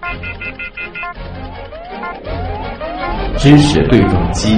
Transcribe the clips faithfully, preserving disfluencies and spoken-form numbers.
知识对撞机。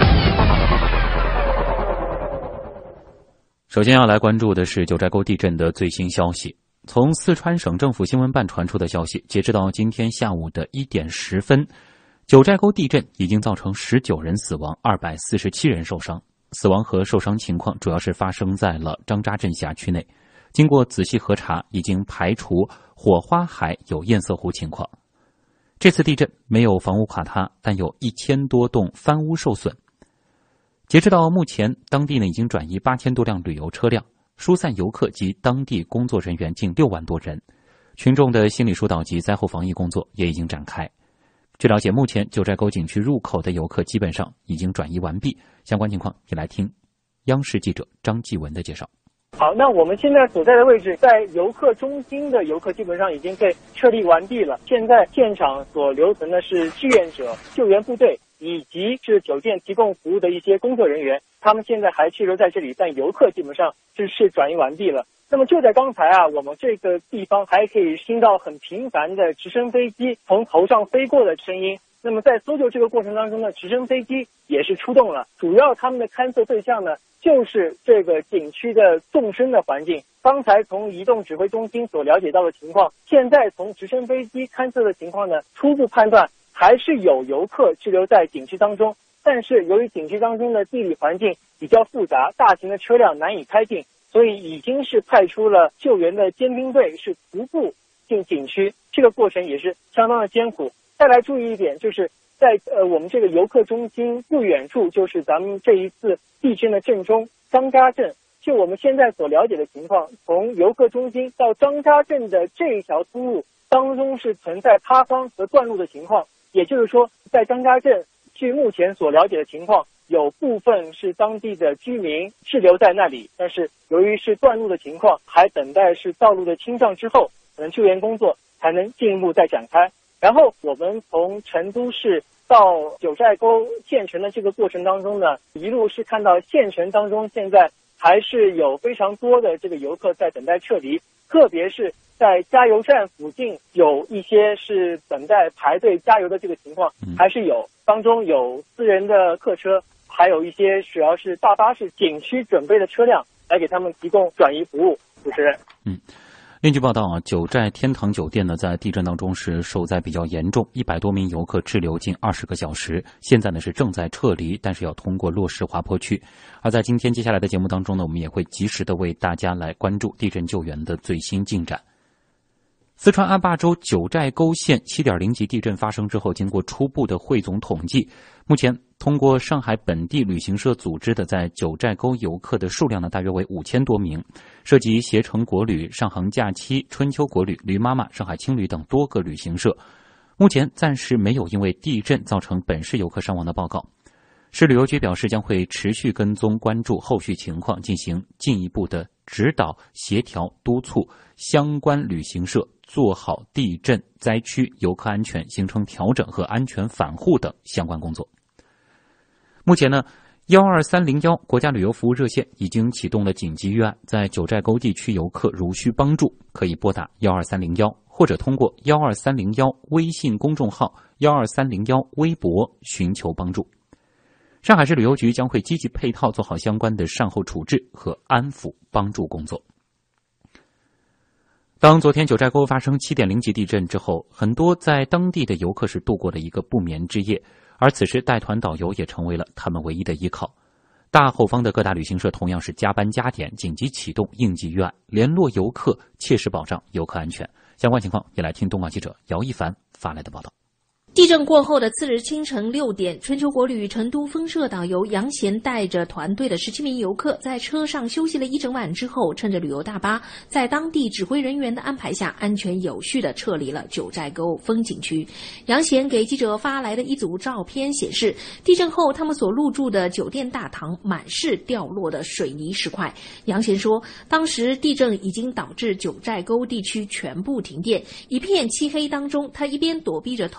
首先要来关注的是九寨沟地震的最新消息。从四川省政府新闻办传出的消息，截止到今天下午的一点十分，九寨沟地震已经造成十九人死亡，二百四十七人受伤。死亡和受伤情况主要是发生在了张扎镇辖区内。经过仔细核查，已经排除火花海有堰塞湖情况。这次地震没有房屋垮塌，但有一千多栋翻屋受损。截止到目前，当地呢已经转移八千多辆旅游车辆，疏散游客及当地工作人员近六万多人。群众的心理疏导及灾后防疫工作也已经展开。据了解，目前九寨沟景区入口的游客基本上已经转移完毕。相关情况也来听央视记者张继文的介绍。 好，那我们现在所在的位置，在游客中心的游客基本上已经被撤离完毕了。现在现场所留存的是志愿者、救援部队以及是酒店提供服务的一些工作人员，他们现在还滞留在这里，但游客基本上是是转移完毕了。那么就在刚才啊，我们这个地方还可以听到很频繁的直升飞机从头上飞过的声音。那么在搜救这个过程当中呢，直升飞机也是出动了，主要他们的勘测对象呢就是这个景区的纵深的环境。刚才从移动指挥中心所了解到的情况，现在从直升飞机勘测的情况呢，初步判断还是有游客滞留在景区当中，但是由于景区当中的地理环境比较复杂，大型的车辆难以开进，所以已经是派出了救援的尖兵队，是徒步进景区，这个过程也是相当的艰苦。再来注意一点，就是在呃我们这个游客中心不远处，就是咱们这一次地震的震中张扎镇。就我们现在所了解的情况，从游客中心到张扎镇的这一条通路当中是存在塌方和断路的情况，也就是说，在张扎镇，据目前所了解的情况，有部分是当地的居民滞留在那里，但是由于是断路的情况，还等待是道路的清障之后，可能救援工作才能进一步再展开。然后我们从成都市到九寨沟县城的这个过程当中呢，一路是看到县城当中现在还是有非常多的这个游客在等待撤离，特别是在加油站附近有一些是等待排队加油的这个情况还是有，当中有私人的客车，还有一些主要是大巴士景区准备的车辆来给他们提供转移服务。主持人， 嗯。另据报道啊，九寨天堂酒店呢在地震当中是受灾比较严重，一百多名游客滞留近二十个小时，现在呢是正在撤离，但是要通过落石滑坡区。而在今天接下来的节目当中呢，我们也会及时的为大家来关注地震救援的最新进展。四川阿坝州九寨沟县 七点零 级地震发生之后，经过初步的汇总统计，目前通过上海本地旅行社组织的在九寨沟游客的数量呢，大约为五千多名，涉及携程国旅、上杭假期、春秋国旅、驴妈妈、上海青旅等多个旅行社。目前暂时没有因为地震造成本市游客伤亡的报告。市旅游局表示，将会持续跟踪关注后续情况，进行进一步的指导、协调、督促相关旅行社做好地震灾区游客安全行程调整和安全返沪等相关工作。目前呢，一二三零一国家旅游服务热线已经启动了紧急预案，在九寨沟地区游客如需帮助，可以拨打一二三零一，或者通过一二三零一微信公众号、一二三零一微博寻求帮助。上海市旅游局将会积极配套做好相关的善后处置和安抚帮助工作。当昨天九寨沟发生 七点零 级地震之后，很多在当地的游客是度过了一个不眠之夜，而此时带团导游也成为了他们唯一的依靠。大后方的各大旅行社同样是加班加点，紧急启动应急预案，联络游客，切实保障游客安全。相关情况也来听东广记者姚一凡发来的报道。 地震过后的次日清晨六点，春秋国旅成都分社导游杨贤带着团队的十七名游客在车上休息了一整晚之后，趁着旅游大巴在当地指挥人员的安排下，安全有序地撤离了九寨沟风景区。杨贤给记者发来的一组照片显示，地震后他们所入住的酒店大堂满是掉落的水泥石块。杨贤说，当时地震已经导致九寨沟地区全部停电，一片漆黑当中，他一边躲避着头顶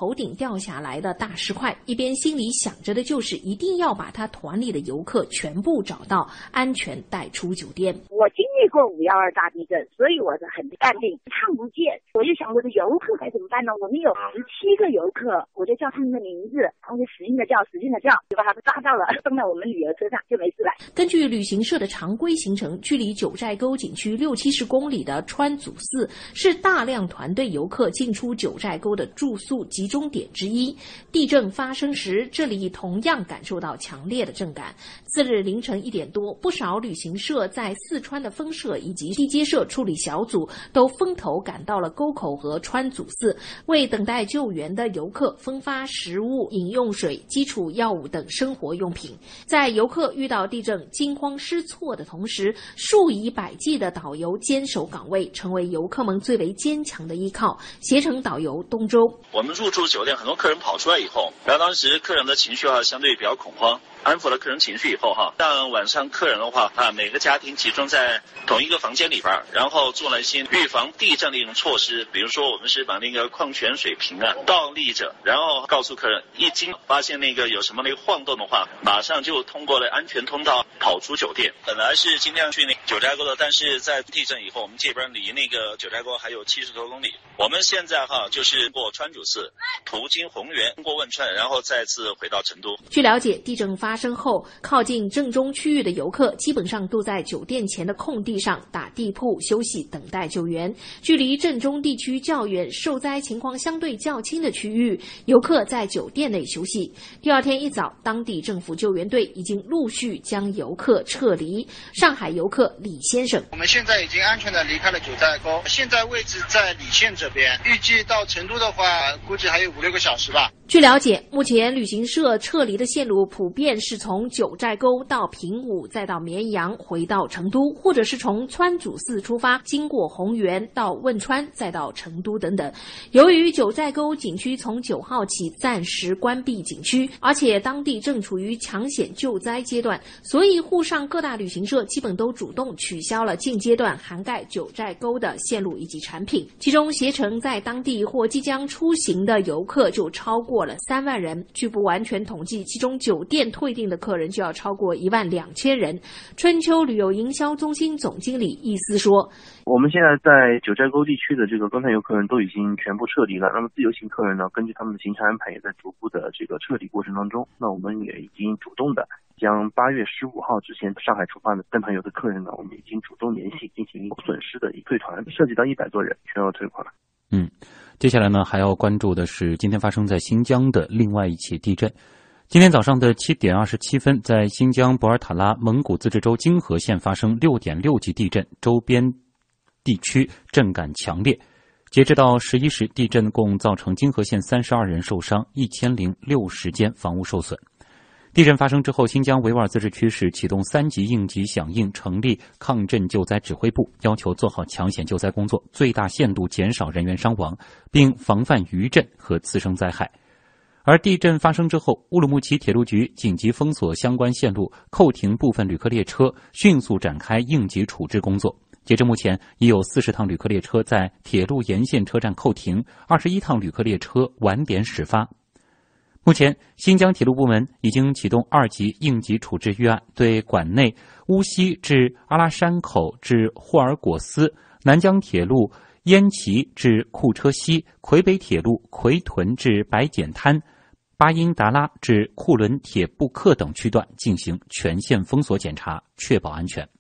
掉下来的大石块，一边心里想着的就是一定要把他团里的游客全部找到，安全带出酒店。 我经历过五幺二大地震，所以我是很淡定，看不见。我就想我的游客该怎么办呢？我们有十七个游客，我就叫他们的名字，他们就使劲的叫，使劲的叫，就把他们抓到了，送到我们旅游车上，就没事了。 根据旅行社的常规行程，距离九寨沟景区六七十公里的川祖寺是大量团队游客进出九寨沟的住宿集中点之一。地震发生时，这里同样感受到强烈的震感。次日凌晨一点多，不少旅行社在四川的分社以及地接社处理小组都分头赶到了沟口和川祖寺，为等待救援的游客分发食物、饮用水、基础药物等生活用品。在游客遇到地震惊慌失措的同时，数以百计的导游坚守岗位，成为游客们最为坚强的依靠。携程导游东周， 我们入住酒店，很多客人跑出来以后，然后当时客人的情绪啊相对比较恐慌，安抚了客人情绪以后哈，让晚上客人的话啊，每个家庭集中在同一个房间里边，然后做了一些预防地震的一种措施，比如说我们是把那个矿泉水瓶啊倒立着，然后告诉客人，一经发现那个有什么那个晃动的话，马上就通过了安全通道跑出酒店。本来是尽量去那九寨沟的，但是在地震以后，我们这边离那个九寨沟还有七十多公里。我们现在哈就是过川主寺，途经红原，通过汶川，然后再次回到成都。 据了解，地震发生后，靠近震中区域的游客基本上都在酒店前的空地上打地铺休息，等待救援。距离震中地区较远、受灾情况相对较轻的区域，游客在酒店内休息。第二天一早，当地政府救援队已经陆续将游客撤离。上海游客李先生， 我们现在已经安全的离开了九寨沟，现在位置在理县这边，预计到成都的话，估计还有五六个小时吧。 据了解，目前旅行社撤离的线路普遍是从九寨沟到平武，再到绵阳，回到成都，或者是从川祖寺出发，经过红原到汶川，再到成都等等。由于九寨沟景区从九号起暂时关闭景区，而且当地正处于抢险救灾阶段，所以沪上各大旅行社基本都主动取消了近阶段涵盖九寨沟的线路以及产品。其中携程在当地或即将出行的游客就超过了三万人，据不完全统计，其中酒店退订的客人就要超过一万两千人。春秋旅游营销中心总经理易思说， 我们现在在九寨沟地区的这个观团游客人都已经全部撤离了，那么自由行客人呢，根据他们的行程安排也在逐步的这个撤离过程当中。那我们也已经主动的将八月十五号之前上海出发的跟团游的客人呢，我们已经主动联系进行损失的退团，涉及到一百多人全额退款。 嗯，接下来呢还要关注的是今天发生在新疆的另外一起地震。今天早上的七点二十七分，在新疆博尔塔拉蒙古自治州金河县发生六点六级地震，周边地区震感强烈。截止到十一时，地震共造成金河县三十二人受伤，一千零六十间房屋受损。地震发生之后，新疆维吾尔自治区市启动三级应急响应，成立抗震救灾指挥部，要求做好抢险救灾工作，最大限度减少人员伤亡，并防范余震和次生灾害。而地震发生之后，乌鲁木齐铁路局紧急封锁相关线路，扣停部分旅客列车，迅速展开应急处置工作。截至目前，已有四十趟旅客列车在铁路沿线车站扣停，二十一趟旅客列车晚点始发。目前，新疆铁路部门已经启动二级应急处置预案，对管内乌西至阿拉山口至霍尔果斯、南疆铁路烟岐至库车西、魁北铁路奎屯至白碱滩、巴音达拉至库伦铁布克等区段进行全线封锁检查，确保安全。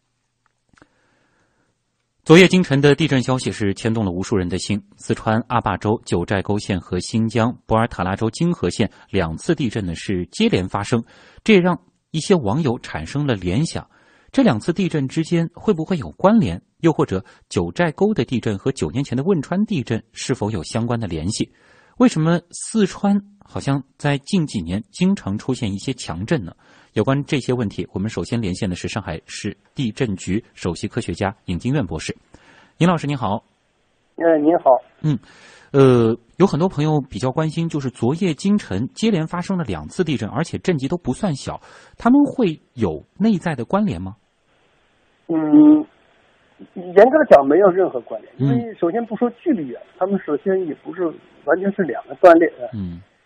昨夜今晨的地震消息是牵动了无数人的心。四川阿坝州九寨沟县和新疆博尔塔拉州金河县两次地震呢是接连发生，这也让一些网友产生了联想：这两次地震之间会不会有关联？又或者九寨沟的地震和九年前的汶川地震是否有相关的联系？为什么四川好像在近几年经常出现一些强震呢？有关这些问题，我们首先连线的是上海市地震局首席科学家尹金院博士。尹老师您好。 呃，您好。 嗯，呃，有很多朋友比较关心，就是昨夜今晨接连发生了两次地震，而且震级都不算小，他们会有内在的关联吗？ 嗯，严格的讲没有任何关联，因为首先不说距离远，他们首先也不是完全是两个断裂的。 嗯，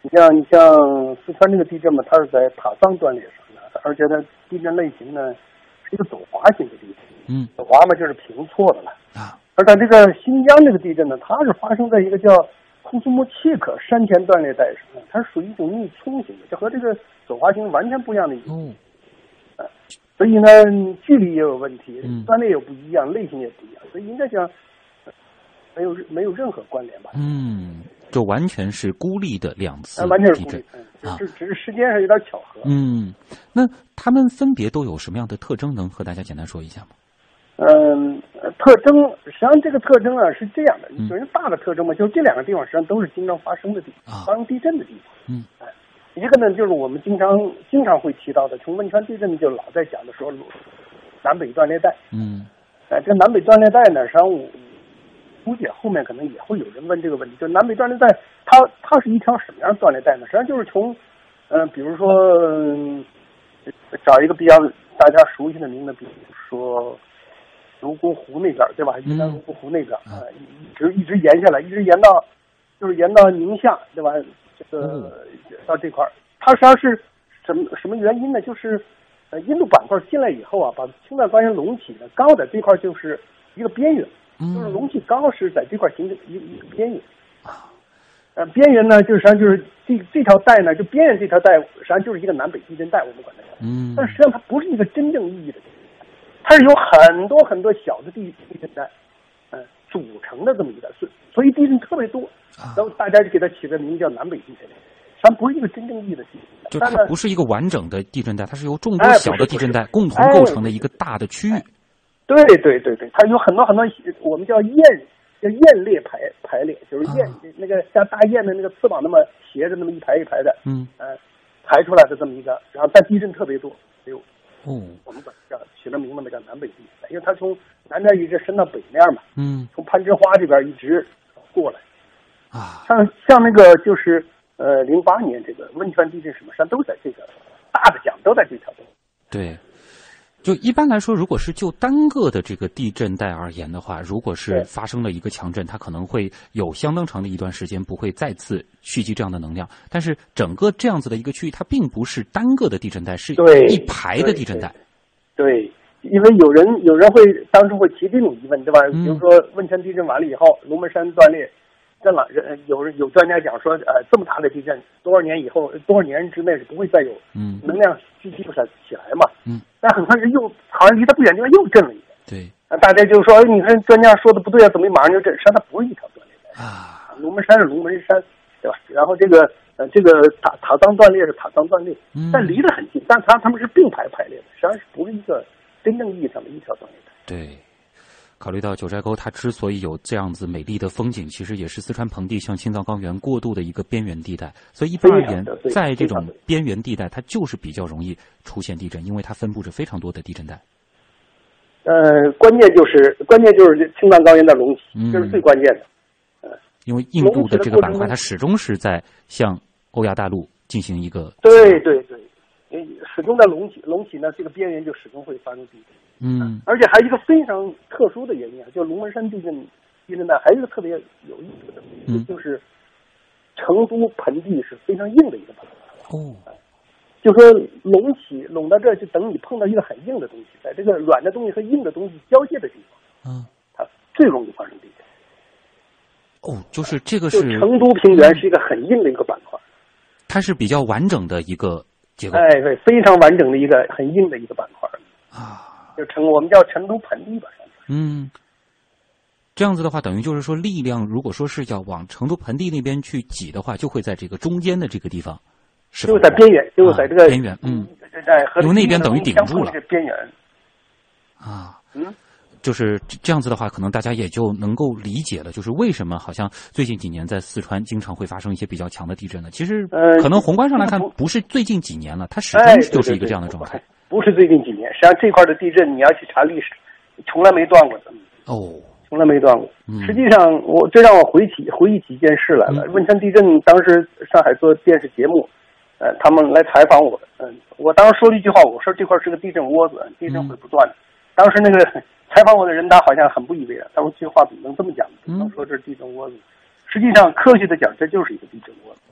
你像你像四川这个地震嘛，它是在塔桑断裂上的，而且它地震类型呢是一个走滑型的地震。 嗯， 走滑嘛就是平错的了啊。 而在这个新疆这个地震呢，它是发生在一个叫库苏木契克山前断裂带上，它是属于一种逆冲型的，这和这个走滑型完全不一样的一个。 哦。 呃，所以呢，距离也有问题， 嗯、 断裂也不一样，类型也不一样，所以应该讲没有没有任何关联吧？ 嗯，这完全是孤立的两次地震，完全是孤立， 嗯，啊，只只是时间上有点巧合。 嗯，那他们分别都有什么样的特征？能和大家简单说一下吗？ 嗯，特征实际上这个特征啊是这样的， 嗯、 首先大的特征嘛，就是这两个地方实际上都是经常发生的地方， 啊、 发生地震的地方。 嗯， 哎，一个呢就是我们经常经常会提到的，从汶川地震就老在讲的说南北断裂带。 嗯， 哎，这个南北断裂带呢，实际上我估计后面可能也会有人问这个问题，就南北断裂带它它是一条什么样的断裂带呢？实际上就是从嗯、呃，比如说、嗯、找一个比较大家熟悉的名字，比如说。泸沽湖那边对吧？云南泸沽湖那边啊、呃，一直一直延下来，一直延到就是延到宁夏对吧？这个、嗯、到这块儿，它实际上是什么什么原因呢？就是呃印度板块进来以后啊，把青藏高原隆起呢高的这块就是一个边缘， 嗯、 就是隆起高是在这块形成一个一个边缘。呃，边缘呢，就是实际上就是这这条带呢，就边缘这条带实际上就是一个南北地震带，我们管它叫。 嗯。 但实际上它不是一个真正意义的。它是由很多很多小的地地震带，嗯、呃，组成的这么一个，所所以地震特别多，然后大家就给它起个名字叫南北地震带，它不是一个真正意义的地震带， 就它不是一个完整的地震带，它是由众多小的地震带共同构成的一个大的区域。 哎、对对对对，它有很多很多，我们叫雁叫雁列排排列，就是雁、啊、那个像大雁的那个翅膀那么斜着那么一排一排的， 嗯， 呃，排出来的这么一个，然后但地震特别多，哎呦。 哦， 我们管叫起了名字叫南北地震，因为它从南边一直伸到北面嘛， 嗯， 从攀枝花这边一直过来， 啊， 像像那个就是呃零八年这个汶川地震什么山都在这个大的讲都在这条路。 对，就一般来说，如果是就单个的这个地震带而言的话，如果是发生了一个强震，它可能会有相当长的一段时间不会再次蓄积这样的能量。但是整个这样子的一个区域，它并不是单个的地震带，是一排的地震带。 对，对对，因为有人有人会当初会提这种疑问，对吧？ 嗯、 比如说汶川地震完了以后，龙门山断裂，这了人有人有专家讲说，呃，这么大的地震，多少年以后，多少年之内是不会再有能量聚集不起来嘛？ 嗯。 但很快是又好像离它不远地方又震了一下。 对。 啊，大家就说，你看专家说的不对啊，怎么马上就震？实际上它不是一条断裂带啊， 龙门山是龙门山，对吧？然后这个呃这个塔塔桑断裂是塔桑断裂， 嗯、 但离得很近，但它它们是并排排列的，实际上是不是一个真正意义上的一条断裂带？ 对。考虑到九寨沟它之所以有这样子美丽的风景，其实也是四川盆地向青藏高原过渡的一个边缘地带，所以一般而言，在这种边缘地带，它就是比较容易出现地震，因为它分布着非常多的地震带。 呃，关键就是关键就是青藏高原的隆起， 嗯、 这是最关键的。 呃，因为印度的这个板块，它始终是在向欧亚大陆进行一个对对对，始终在隆起，隆起呢，这个边缘就始终会发生地震。 嗯， 而且还有一个非常特殊的原因啊，就龙门山地震地震带还有一个特别有意思的， 嗯， 就是成都盆地是非常硬的一个板块。 哦， 就说隆起拢到这，就等你碰到一个很硬的东西，在这个软的东西和硬的东西交界的地方， 嗯， 它最容易发生地震。 哦，就是这个是就成都平原是一个很硬的一个板块， 它是比较完整的一个结构。 哎，对，非常完整的一个很硬的一个板块啊。 就成我们叫成都盆地吧， 嗯，这样子的话，等于就是说，力量如果说是要往成都盆地那边去挤的话，就会在这个中间的这个地方，是就在边缘，就在这个、 啊、边缘，嗯， 在因为那边等于顶住了边缘啊， 嗯， 就是这样子的话，可能大家也就能够理解了，就是为什么好像最近几年在四川经常会发生一些比较强的地震呢？其实可能宏观上来看，不是最近几年了，它始终就是一个这样的状态。 哎对对对，不是最近几年，实际上这块的地震你要去查历史，从来没断过的。 哦， 从来没断过。 嗯、 实际上，我这让我回起回忆起一件事来了。汶、嗯、川地震当时上海做电视节目，呃，他们来采访我，嗯、呃，我当时说了一句话，我说这块是个地震窝子，地震会不断的。嗯、当时那个采访我的人他好像很不以为然，他说这话怎么能这么讲？他说这是地震窝子。实际上，科学的讲，这就是一个地震窝子。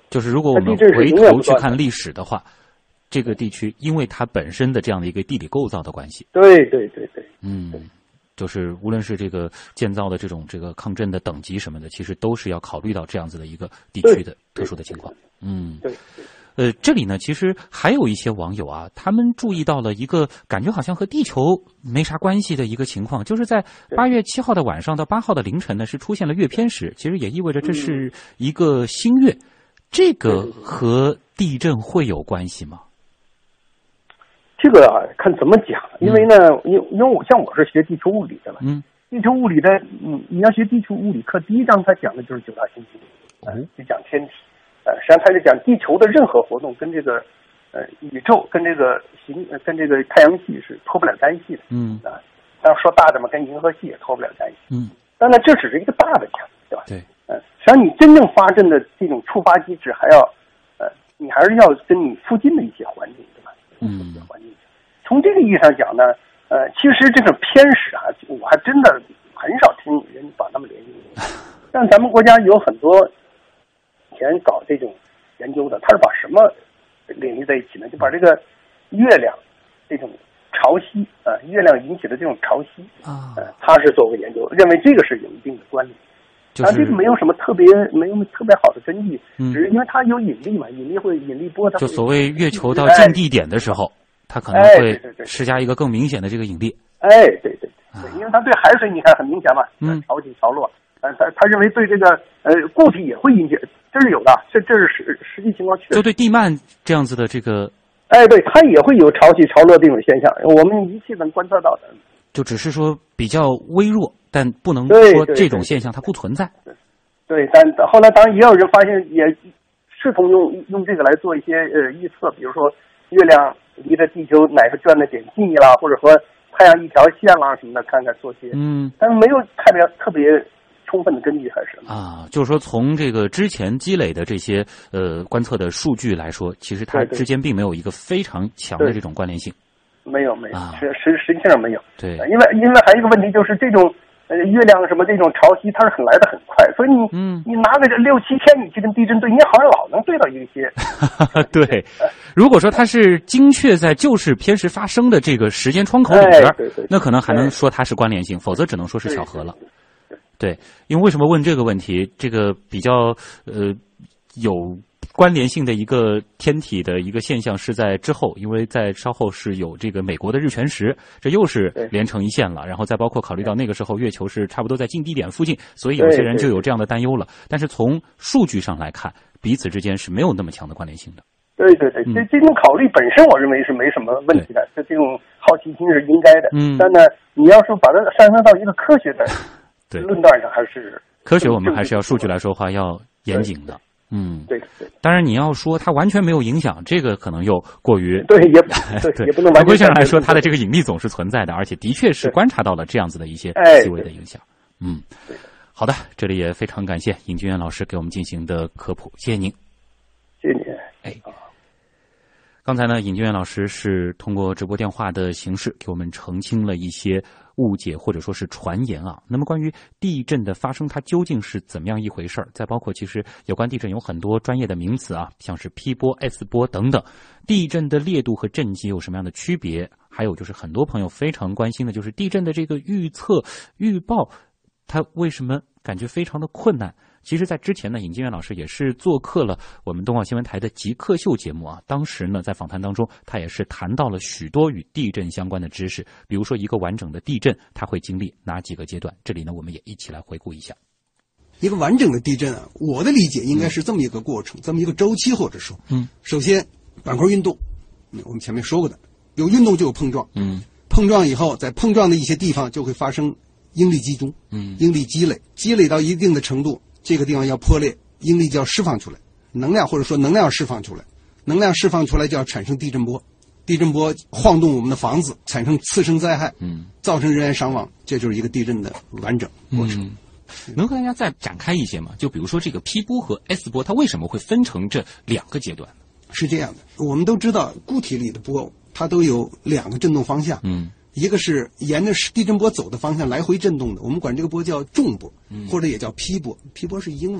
就是如果我们回头去看历史的话，这个地区因为它本身的这样的一个地理构造的关系， 对对对对， 嗯，就是无论是这个建造的这种这个抗震的等级什么的，其实都是要考虑到这样子的一个地区的特殊的情况。嗯， 对。 呃，这里呢，其实还有一些网友啊，他们注意到了一个感觉好像和地球没啥关系的一个情况，就是在八月七号的晚上到八号的凌晨呢，是出现了月偏食，其实也意味着这是一个新月，嗯、这个和地震会有关系吗？ 这个啊，看怎么讲，因为呢，因因为我像我是学地球物理的嘛， 嗯， 地球物理的，你你要学地球物理课，第一章它讲的就是九大行星，嗯、呃，就讲天体。呃，实际上它是讲地球的任何活动跟这个呃宇宙跟这个行跟这个太阳系是脱不了干系的。 嗯啊，当然说大的嘛，跟银河系也脱不了干系。 嗯， 当然这只是一个大的讲，对吧？ 对。 呃，实际上你真正发震的这种触发机制，还要呃，你还是要跟你附近的一些环境，对吧？ 嗯。 环境。从这个意义上讲呢，呃，其实这个偏食啊，我还真的很少听人把它们联系起来。像咱们国家有很多。前搞这种研究的，他是把什么联系在一起呢？就把这个月亮这种潮汐啊、呃，月亮引起的这种潮汐啊，呃，他是做过研究，认为这个是有一定的关联。 就是、 啊，这个没有什么特别，没有特别好的根据，嗯、只是因为它有引力嘛，引力会引力波它。 就所谓月球到近地点的时候，它可能会施加一个更明显的这个引力。 哎，对对对，对因为它对海水你看很明显嘛，嗯，潮起潮落。呃，他他认为对这个呃固体也会引起，这是有的，这这是实实际情况确实。 就对地幔这样子的这个， 哎，对，它也会有潮起潮落这种现象，我们仪器能观测到的。 就只是说比较微弱，但不能说这种现象它不存在。 对，对对但后来当然也有人发现，也试图用用这个来做一些呃预测，比如说月亮离着地球哪个转的点近啦，或者和太阳一条线啦什么的，看看做些， 嗯， 但是没有特别特别。充分的根据还是啊，就是说从这个之前积累的这些呃观测的数据来说，其实它之间并没有一个非常强的这种关联性。 没有没有，实实实际上没有。 对， 因为因为还有一个问题就是这种呃月亮什么这种潮汐，它是很来的很快，所以你嗯你拿个六七天你去跟地震对，你好像老能对到一些。 对，如果说它是精确在就是偏食发生的这个时间窗口里边， 哎、对对那可能还能说它是关联性，否则只能说是巧合了。对，因为为什么问这个问题？这个比较呃有关联性的一个天体的一个现象是在之后，因为在稍后是有这个美国的日全食，这又是连成一线了。然后再包括考虑到那个时候月球是差不多在近地点附近，所以有些人就有这样的担忧了。但是从数据上来看，彼此之间是没有那么强的关联性的。 对对对，这、嗯、这种考虑本身，我认为是没什么问题的，这这种好奇心是应该的。 嗯， 但呢，你要说把它上升到一个科学的。 对， 论断上还是科学，我们还是要数据来说话要严谨的。嗯， 对对。 当然，你要说它完全没有影响，这个可能又过于对，也对，也不能完全。 规上来说，它的这个引力总是存在的，而且的确是观察到了这样子的一些细微的影响。嗯，好的，这里也非常感谢尹俊元老师给我们进行的科普，谢谢您。 谢谢您。 哎。刚才呢，尹俊元老师是通过直播电话的形式给我们澄清了一些误解或者说是传言啊。那么关于地震的发生，它究竟是怎么样一回事儿？再包括其实有关地震有很多专业的名词啊，像是 P 波、S 波等等。地震的烈度和震级有什么样的区别？还有就是很多朋友非常关心的就是地震的这个预测、预报，它为什么感觉非常的困难？其实在之前呢，尹金元老师也是做客了我们东广新闻台的极客秀节目啊。当时呢，在访谈当中，他也是谈到了许多与地震相关的知识，比如说一个完整的地震，它会经历哪几个阶段？这里呢，我们也一起来回顾一下。 一个完整的地震啊，我的理解应该是这么一个过程，嗯、这么一个周期，或者说，嗯，首先板块运动，我们前面说过的，有运动就有碰撞， 嗯， 碰撞以后，在碰撞的一些地方就会发生应力集中， 嗯， 应力积累，积累到一定的程度。这个地方要破裂，应力就要释放出来，能量或者说能量要释放出来，能量释放出来就要产生地震波，地震波晃动我们的房子，产生次生灾害， 嗯， 造成人员伤亡，这就是一个地震的完整过程。 嗯、能和大家再展开一些吗？就比如说这个 P 波和 S 波，它为什么会分成这两个阶段？ 是这样的，我们都知道固体里的波它都有两个振动方向， 嗯。 一个是沿着地震波走的方向来回震动的，我们管这个波叫重波，或者也叫 P 波。P 波是英文了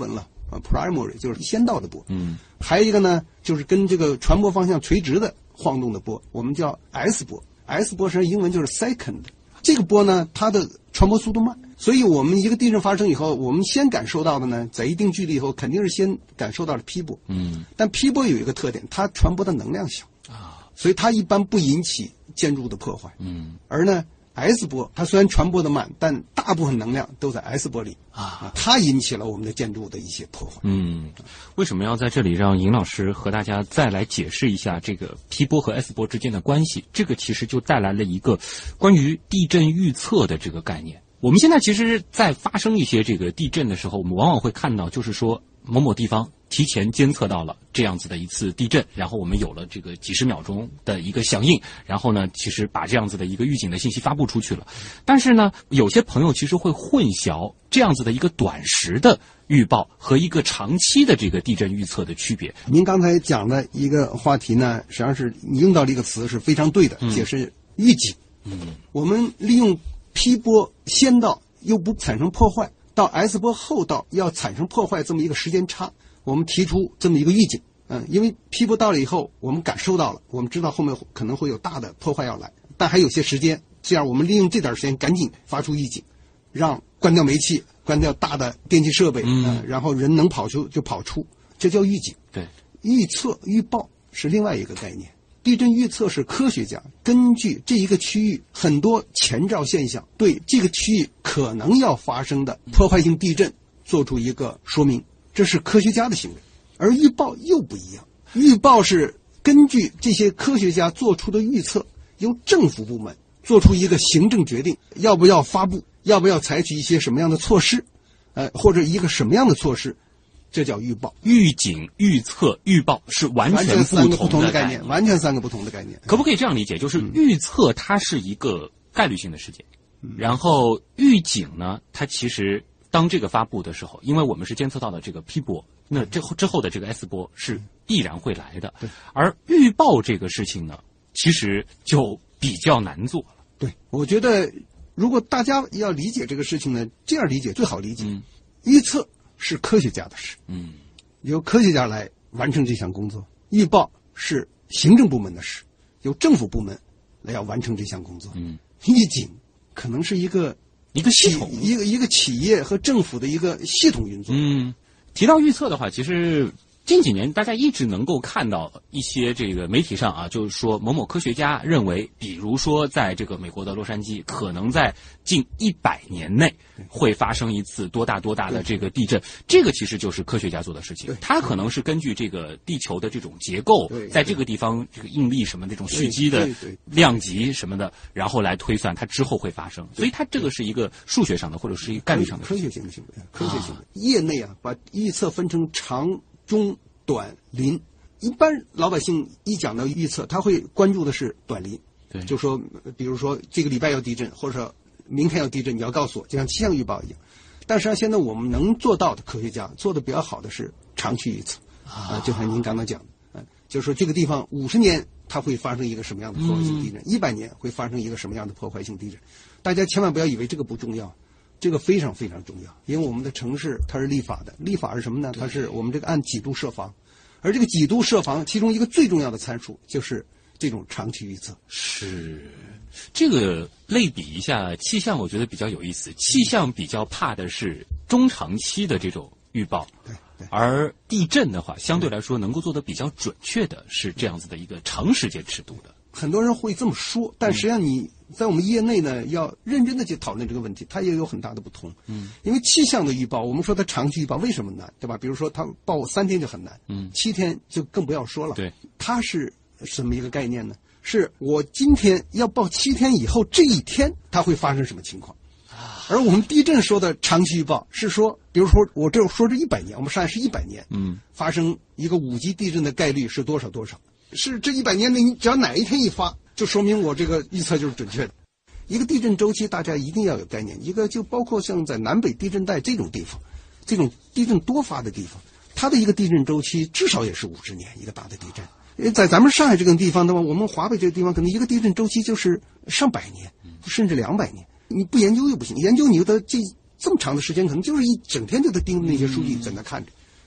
啊 primary 就是先到的波。 嗯， 还有一个呢，就是跟这个传播方向垂直的晃动的波，我们叫 S 波。S 波实际上英文就是 second。这个波呢，它的传播速度慢，所以我们一个地震发生以后，我们先感受到的呢，在一定距离以后，肯定是先感受到了 P 波。 嗯， 但 P 波有一个特点，它传播的能量小啊，所以它一般不引起建筑物的破坏。 嗯， 而呢 S 波它虽然传播的慢，但大部分能量都在 S 波里啊，它引起了我们的建筑物的一些破坏。 嗯，为什么要在这里让尹老师和大家再来解释一下这个 P 波和 S 波之间的关系？这个其实就带来了一个关于地震预测的这个概念。我们现在其实在发生一些这个地震的时候，我们往往会看到，就是说某某地方提前监测到了这样子的一次地震，然后我们有了这个几十秒钟的一个响应，然后呢，其实把这样子的一个预警的信息发布出去了。但是呢，有些朋友其实会混淆这样子的一个短时的预报和一个长期的这个地震预测的区别。 您刚才讲的一个话题呢，实际上是你用到了一个词是非常对的，解释预警。 嗯， 我们利用 P 波先到又不产生破坏，到 S 波后到要产生破坏这么一个时间差，我们提出这么一个预警。嗯，因为 P 波到了以后，我们感受到了，我们知道后面可能会有大的破坏要来，但还有些时间，这样我们利用这点时间赶紧发出预警，让关掉煤气，关掉大的电气设备，嗯、呃，然后人能跑出就跑出，这叫预警。 对， 预测预报是另外一个概念。地震预测是科学家根据这一个区域很多前兆现象，对这个区域可能要发生的破坏性地震做出一个说明，这是科学家的行为。而预报又不一样，预报是根据这些科学家做出的预测，由政府部门做出一个行政决定，要不要发布，要不要采取一些什么样的措施，呃，或者一个什么样的措施，这叫预报。 预警、预测、预报是完全不同的概念， 完全三个不同的概念。 可不可以这样理解？就是预测它是一个概率性的事件，嗯、然后预警呢，它其实当这个发布的时候，因为我们是监测到的这个 P 波，那之后之后的这个 S 波是必然会来的。 对， 而预报这个事情呢，其实就比较难做了。 对，我觉得如果大家要理解这个事情呢，这样理解最好理解。 嗯， 预测是科学家的事， 嗯， 由科学家来完成这项工作；预报是行政部门的事，由政府部门来要完成这项工作。 嗯， 预警可能是一个一个系统， 一个一个企业和政府的一个系统运作。 嗯，提到预测的话，其实近几年大家一直能够看到一些这个媒体上啊，就是说某某科学家认为，比如说在这个美国的洛杉矶，可能在近一百年内会发生一次多大多大的这个地震。这个其实就是科学家做的事情，他可能是根据这个地球的这种结构，在这个地方这个应力什么这种蓄积的量级什么的，然后来推算它之后会发生。所以它这个是一个数学上的或者是一个概率上的科学性的行为，科学性的。业内啊，把预测分成长、中、短、临。一般老百姓一讲到预测，他会关注的是短临， 对， 就说比如说这个礼拜要地震，或者说明天要地震，你要告诉我，就像气象预报一样。但实际上现在我们能做到的，科学家做的比较好的是长期预测啊，就像您刚刚讲的，嗯、啊，就是说这个地方五十年它会发生一个什么样的破坏性地震，一百、嗯、年会发生一个什么样的破坏性地震。大家千万不要以为这个不重要，这个非常非常重要，因为我们的城市它是立法的，立法是什么呢？它是我们这个按几度设防，而这个几度设防，其中一个最重要的参数就是这种长期预测。 是这个类比一下气象，我觉得比较有意思。气象比较怕的是中长期的这种预报， 对对， 而地震的话，相对来说能够做得比较准确的是这样子的一个长时间尺度的。 很多人会这么说，但实际上你在我们业内呢，要认真的去讨论这个问题，它也有很大的不同。 嗯， 因为气象的预报，我们说它长期预报为什么难，对吧？比如说它报三天就很难， 嗯， 七天就更不要说了。 对， 它是什么一个概念呢？是我今天要报七天以后这一天它会发生什么情况。而我们地震说的长期预报是说，比如说我这说是一百年，我们上海是一百年， 嗯， 发生一个五级地震的概率是多少多少。是这一百年内，你只要哪一天一发，就说明我这个预测就是准确的。一个地震周期，大家一定要有概念。一个就包括像在南北地震带这种地方，这种地震多发的地方，它的一个地震周期至少也是五十年，一个大的地震。在咱们上海这个地方的话，我们华北这个地方可能一个地震周期就是上百年，甚至两百年。你不研究又不行，研究你又得这这么长的时间，可能就是一整天就得盯着那些数据在那看着。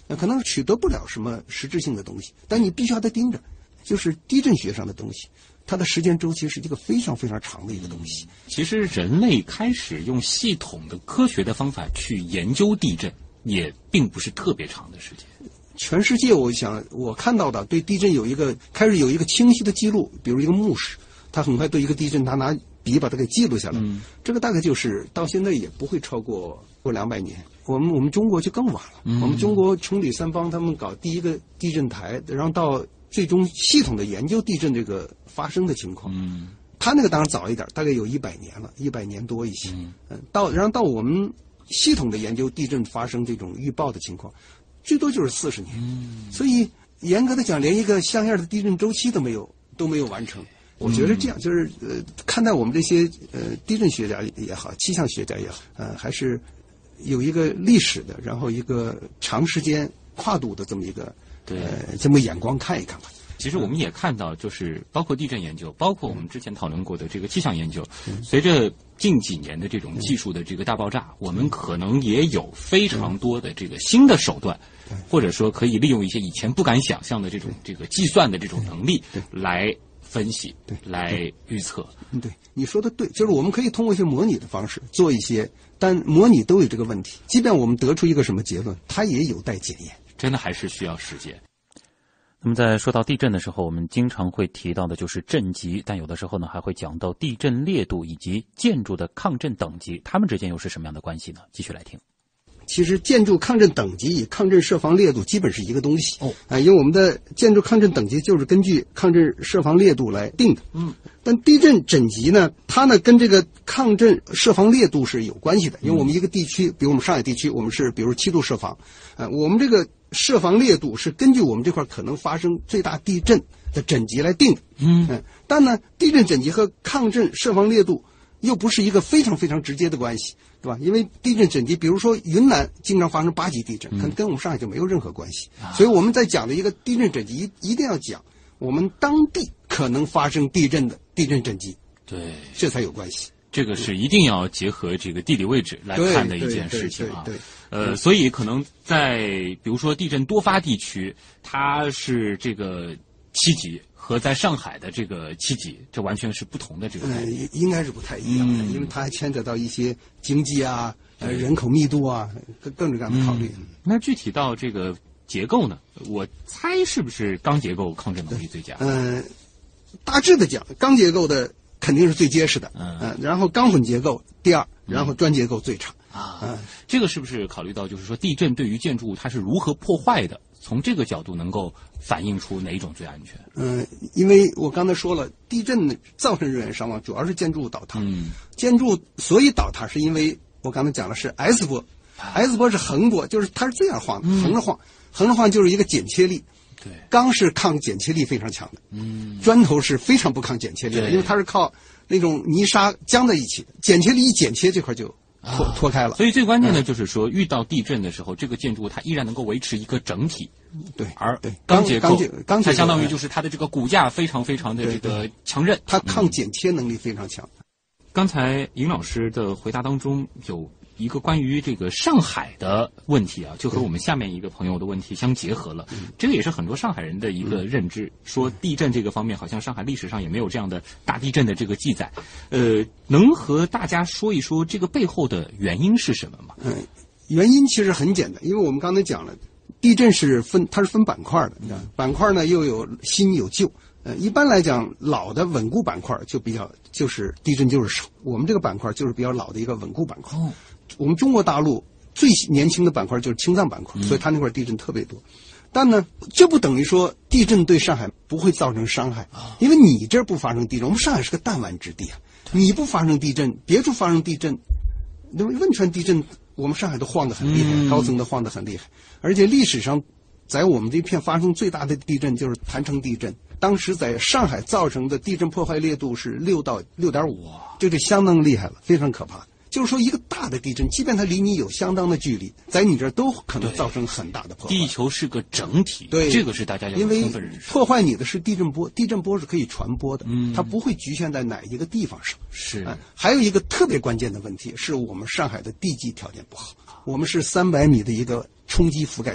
呃，可能取得不了什么实质性的东西，但你必须要得盯着，就是地震学上的东西。它的时间周期是一个非常非常长的一个东西。 其实人类开始用系统的科学的方法去研究地震，也并不是特别长的时间。 全世界，我想我看到的对地震有一个开始有一个清晰的记录，比如一个牧师，他很快对一个地震，他拿笔把它给记录下来。嗯，这个大概就是到现在也不会超过过两百年。我们我们中国就更晚了。嗯，我们中国崇礼三方他们搞第一个地震台，然后到最终系统的研究地震这个发生的情况。嗯，他那个当然早一点，大概有一百年了，一百年多一些。嗯，嗯到然后到我们系统的研究地震发生这种预报的情况，最多就是四十年。嗯，所以严格的讲，连一个像样的地震周期都没有都没有完成。我觉得这样就是呃，看待我们这些呃地震学家也好，气象学家也好，呃，还是有一个历史的，然后一个长时间跨度的这么一个呃这么眼光看一看吧。 其实我们也看到，就是包括地震研究，包括我们之前讨论过的这个气象研究，随着近几年的这种技术的这个大爆炸，我们可能也有非常多的这个新的手段，或者说可以利用一些以前不敢想象的这种这个计算的这种能力来分析， 对， 来预测。 嗯，对，你说的对，就是我们可以通过一些模拟的方式做一些，但模拟都有这个问题。即便我们得出一个什么结论，它也有待检验。 真的还是需要时间。 那么在说到地震的时候，我们经常会提到的就是震级，但有的时候呢还会讲到地震烈度以及建筑的抗震等级，它们之间又是什么样的关系呢？继续来听。 其实建筑抗震等级与抗震设防烈度基本是一个东西哦，啊，因为我们的建筑抗震等级就是根据抗震设防烈度来定的。嗯，但地震震级呢，它呢跟这个抗震设防烈度是有关系的，因为我们一个地区，比如我们上海地区，我们是比如七度设防，啊，我们这个设防烈度是根据我们这块可能发生最大地震的震级来定的。嗯，嗯但呢，地震震级和抗震设防烈度又不是一个非常非常直接的关系。对吧？因为地震震级，比如说云南经常发生八级地震，跟跟我们上海就没有任何关系。嗯、所以我们在讲的一个地震震级，一一定要讲我们当地可能发生地震的地震震级， 对， 这才有关系。 这个是一定要结合这个地理位置来看的一件事情啊。 对，对对对呃，所以可能在比如说地震多发地区，它是这个七级。和在上海的这个七级，这完全是不同的这个概念、 呃，应该是不太一样的，嗯、因为它还牵扯到一些经济啊、呃人口密度啊各各种各样的考虑、 嗯。那具体到这个结构呢，我猜是不是钢结构抗震能力最佳？ 嗯、呃，大致的讲，钢结构的肯定是最结实的，嗯、呃，然后钢混结构第二，然后砖结构最差。 嗯、啊，嗯，这个是不是考虑到就是说地震对于建筑物它是如何破坏的？从这个角度能够反映出哪一种最安全？ 嗯，因为我刚才说了，地震造成人员伤亡主要是建筑物倒塌。嗯，建筑所以倒塌是因为我刚才讲的是 S 波、啊、，S 波是横波，就是它是这样晃的，嗯、横着晃，横着晃就是一个剪切力。 对， 钢是抗剪切力非常强的，嗯，砖头是非常不抗剪切力的，因为它是靠那种泥沙浆在一起的，剪切力一剪切这块就。脱脱开了， 所以最关键的就是说，遇到地震的时候，这个建筑物它依然能够维持一个整体。 对， 而对钢结构， 钢它相当于就是它的这个骨架非常非常的这个强韧， 它抗剪切能力非常强。 嗯、刚才尹老师的回答当中有一个关于这个上海的问题啊，就和我们下面一个朋友的问题相结合了。嗯、这个也是很多上海人的一个认知，嗯、说地震这个方面，好像上海历史上也没有这样的大地震的这个记载。呃，能和大家说一说这个背后的原因是什么吗？ 嗯，原因其实很简单，因为我们刚才讲了，地震是分它是分板块的，嗯、板块呢又有新有旧。呃，一般来讲，老的稳固板块就比较就是地震就是少，我们这个板块就是比较老的一个稳固板块。哦，我们中国大陆最年轻的板块就是青藏板块，嗯、所以它那块地震特别多。但呢，这不等于说地震对上海不会造成伤害，因为你这儿不发生地震，我们上海是个弹丸之地啊，你不发生地震，别处发生地震，那么汶川地震，我们上海都晃得很厉害，嗯、高层都晃得很厉害，而且历史上，在我们这片发生最大的地震就是潭城地震。当时在上海造成的地震破坏烈度是六到六点五，这就相当厉害了，非常可怕。就是说，一个大的地震，即便它离你有相当的距离，在你这儿都可能造成很大的破坏。 地球是个整体， 对， 这个是大家要充分认识。 因为破坏你的是地震波，地震波是可以传播的，嗯，它不会局限在哪一个地方上。 是、 嗯，还有一个特别关键的问题，是我们上海的地基条件不好，我们是三百米的一个冲击覆盖层。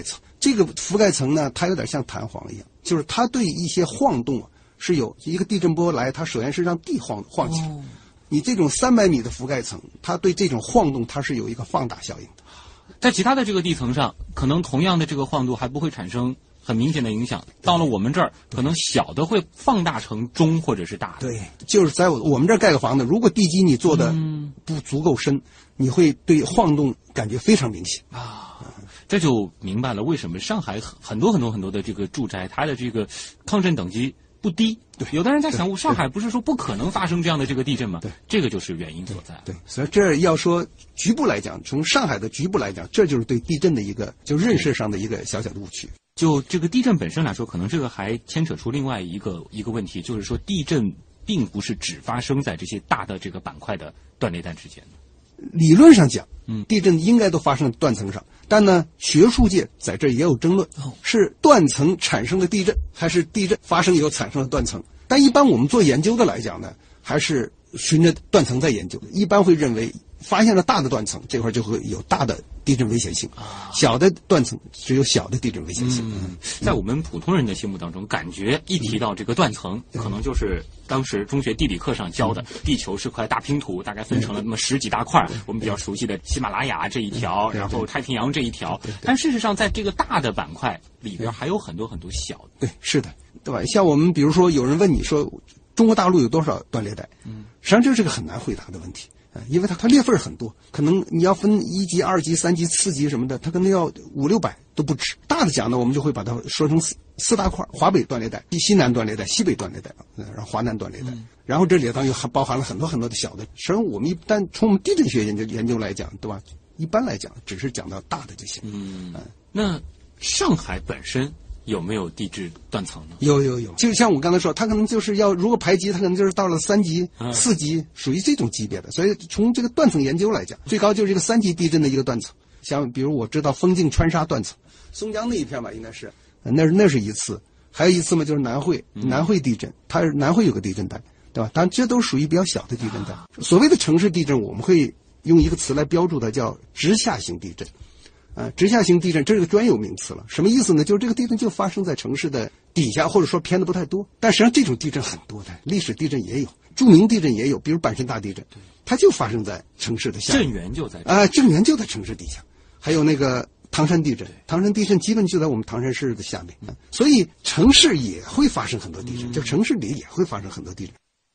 这个覆盖层呢，它有点像弹簧一样，就是它对一些晃动啊是有一个地震波来，它首先是让地晃晃起来。哦，你这种三百米的覆盖层，它对这种晃动它是有一个放大效应的。 在其他的这个地层上，可能同样的这个晃动还不会产生很明显的影响，到了我们这儿，可能小的会放大成中或者是大的。 对，就是在我们这儿盖个房子，如果地基你做的不足够深，嗯、你会对晃动感觉非常明显啊。这就明白了为什么上海很多很多很多的这个住宅，它的这个抗震等级不低。对，有的人在想，我上海不是说不可能发生这样的这个地震吗？对，这个就是原因所在。 对，所以这要说局部来讲，从上海的局部来讲，这就是对地震的一个就认识上的一个小小的误区。 就这个地震本身来说，可能这个还牵扯出另外一个一个问题，就是说地震并不是只发生在这些大的这个板块的断裂带之间。 理论上讲，嗯，地震应该都发生在断层上，但呢，学术界在这也有争论，哦、是断层产生的地震，还是地震发生以后产生的断层？但一般我们做研究的来讲呢，还是循着断层在研究的，一般会认为发现了大的断层，这块就会有大的地震危险性，啊、小的断层只有小的地震危险性。 嗯，在我们普通人的心目当中，感觉一提到这个断层，嗯、可能就是当时中学地理课上教的，嗯、地球是块大拼图，大概分成了那么十几大块，嗯、我们比较熟悉的喜马拉雅这一条，嗯、然后太平洋这一条。但事实上，在这个大的板块里边，还有很多很多小的。 对，是的，对吧？像我们比如说，有人问你说，中国大陆有多少断裂带？嗯，实际上这是个很难回答的问题。因为它它裂缝很多，可能你要分一级、二级、三级、次级什么的，它可能要五六百都不止。大的讲呢，我们就会把它说成四四大块：华北断裂带、西南断裂带、西北断裂带，然后华南断裂带。嗯、然后这里头又还包含了很多很多的小的。实际上，我们一旦从我们地震学研究研究来讲，对吧？一般来讲，只是讲到大的就行。 嗯，嗯那上海本身有没有地质断层呢？ 有有有，就像我刚才说，它可能就是要如果排级，它可能就是到了三级、嗯、四级，属于这种级别的。所以从这个断层研究来讲，最高就是这个三级地震的一个断层。像比如我知道风镜穿沙断层，松江那一片吧，应该是那那是一次，还有一次嘛就是南汇、嗯、南汇地震，它是南汇有个地震带，对吧？当然这都属于比较小的地震带。啊、所谓的城市地震，我们会用一个词来标注它，叫直下型地震。啊，直下型地震这是个专有名词了，什么意思呢？就是这个地震就发生在城市的底下，或者说偏的不太多。但实际上这种地震很多的，历史地震也有，著名地震也有，比如阪神大地震，它就发生在城市的下面， 震源就在啊、呃，震源就在城市底下。还有那个唐山地震，唐山地震基本就在我们唐山市的下面，嗯、所以城市也会发生很多地震，嗯、就城市里也会发生很多地震。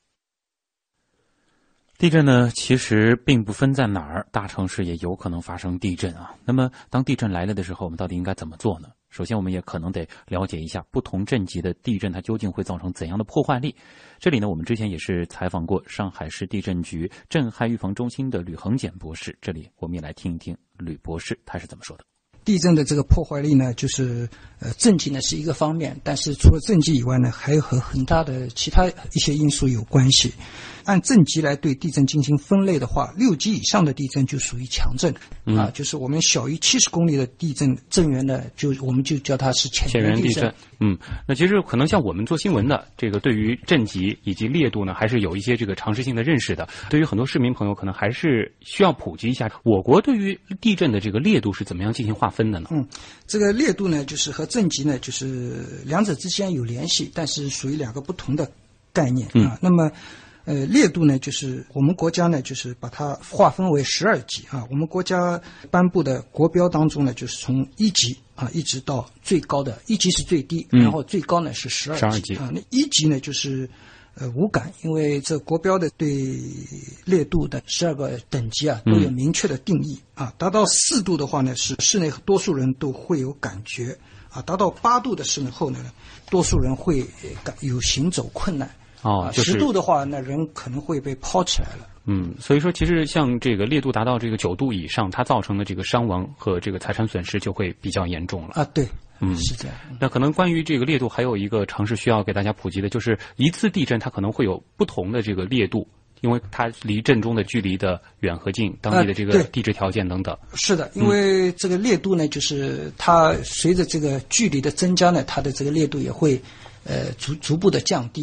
地震呢，其实并不分在哪儿，大城市也有可能发生地震啊。那么，当地震来了的时候，我们到底应该怎么做呢？首先，我们也可能得了解一下不同震级的地震它究竟会造成怎样的破坏力。这里呢，我们之前也是采访过上海市地震局震害预防中心的吕恒简博士，这里我们也来听一听吕博士他是怎么说的。 地震的这个破坏力呢，就是呃震级呢是一个方面，但是除了震级以外呢，还有和很大的其他一些因素有关系。按震级来对地震进行分类的话，六级以上的地震就属于强震，嗯、啊，就是我们小于七十公里的地震震源呢，就我们就叫它是浅源地震。 嗯，那其实可能像我们做新闻的，这个对于震级以及烈度呢，还是有一些这个常识性的认识的。对于很多市民朋友，可能还是需要普及一下，我国对于地震的这个烈度是怎么样进行划分的呢？ 嗯，这个烈度呢，就是和震级呢，就是两者之间有联系，但是属于两个不同的概念啊。嗯、那么。呃，烈度呢，就是我们国家呢，就是把它划分为十二级啊。我们国家颁布的国标当中呢，就是从一级啊一直到最高的，一级是最低，嗯、然后最高呢是十二级啊。那一级呢就是呃无感，因为这国标的对烈度的十二个等级啊都有明确的定义、嗯、啊。达到四度的话呢，是室内多数人都会有感觉啊。达到八度的时候呢，多数人会感有行走困难。 哦，就是十度的话，那人可能会被抛起来了。 嗯，所以说，其实像这个烈度达到这个九度以上，它造成的这个伤亡和这个财产损失就会比较严重了。 啊，对， 嗯， 是这样。 那可能关于这个烈度，还有一个常识需要给大家普及的，就是一次地震它可能会有不同的这个烈度，因为它离震中的距离的远和近，当地的这个地质条件等等。 呃、是的，因为这个烈度呢，就是它随着这个距离的增加呢，它的这个烈度也会呃逐逐步的降低。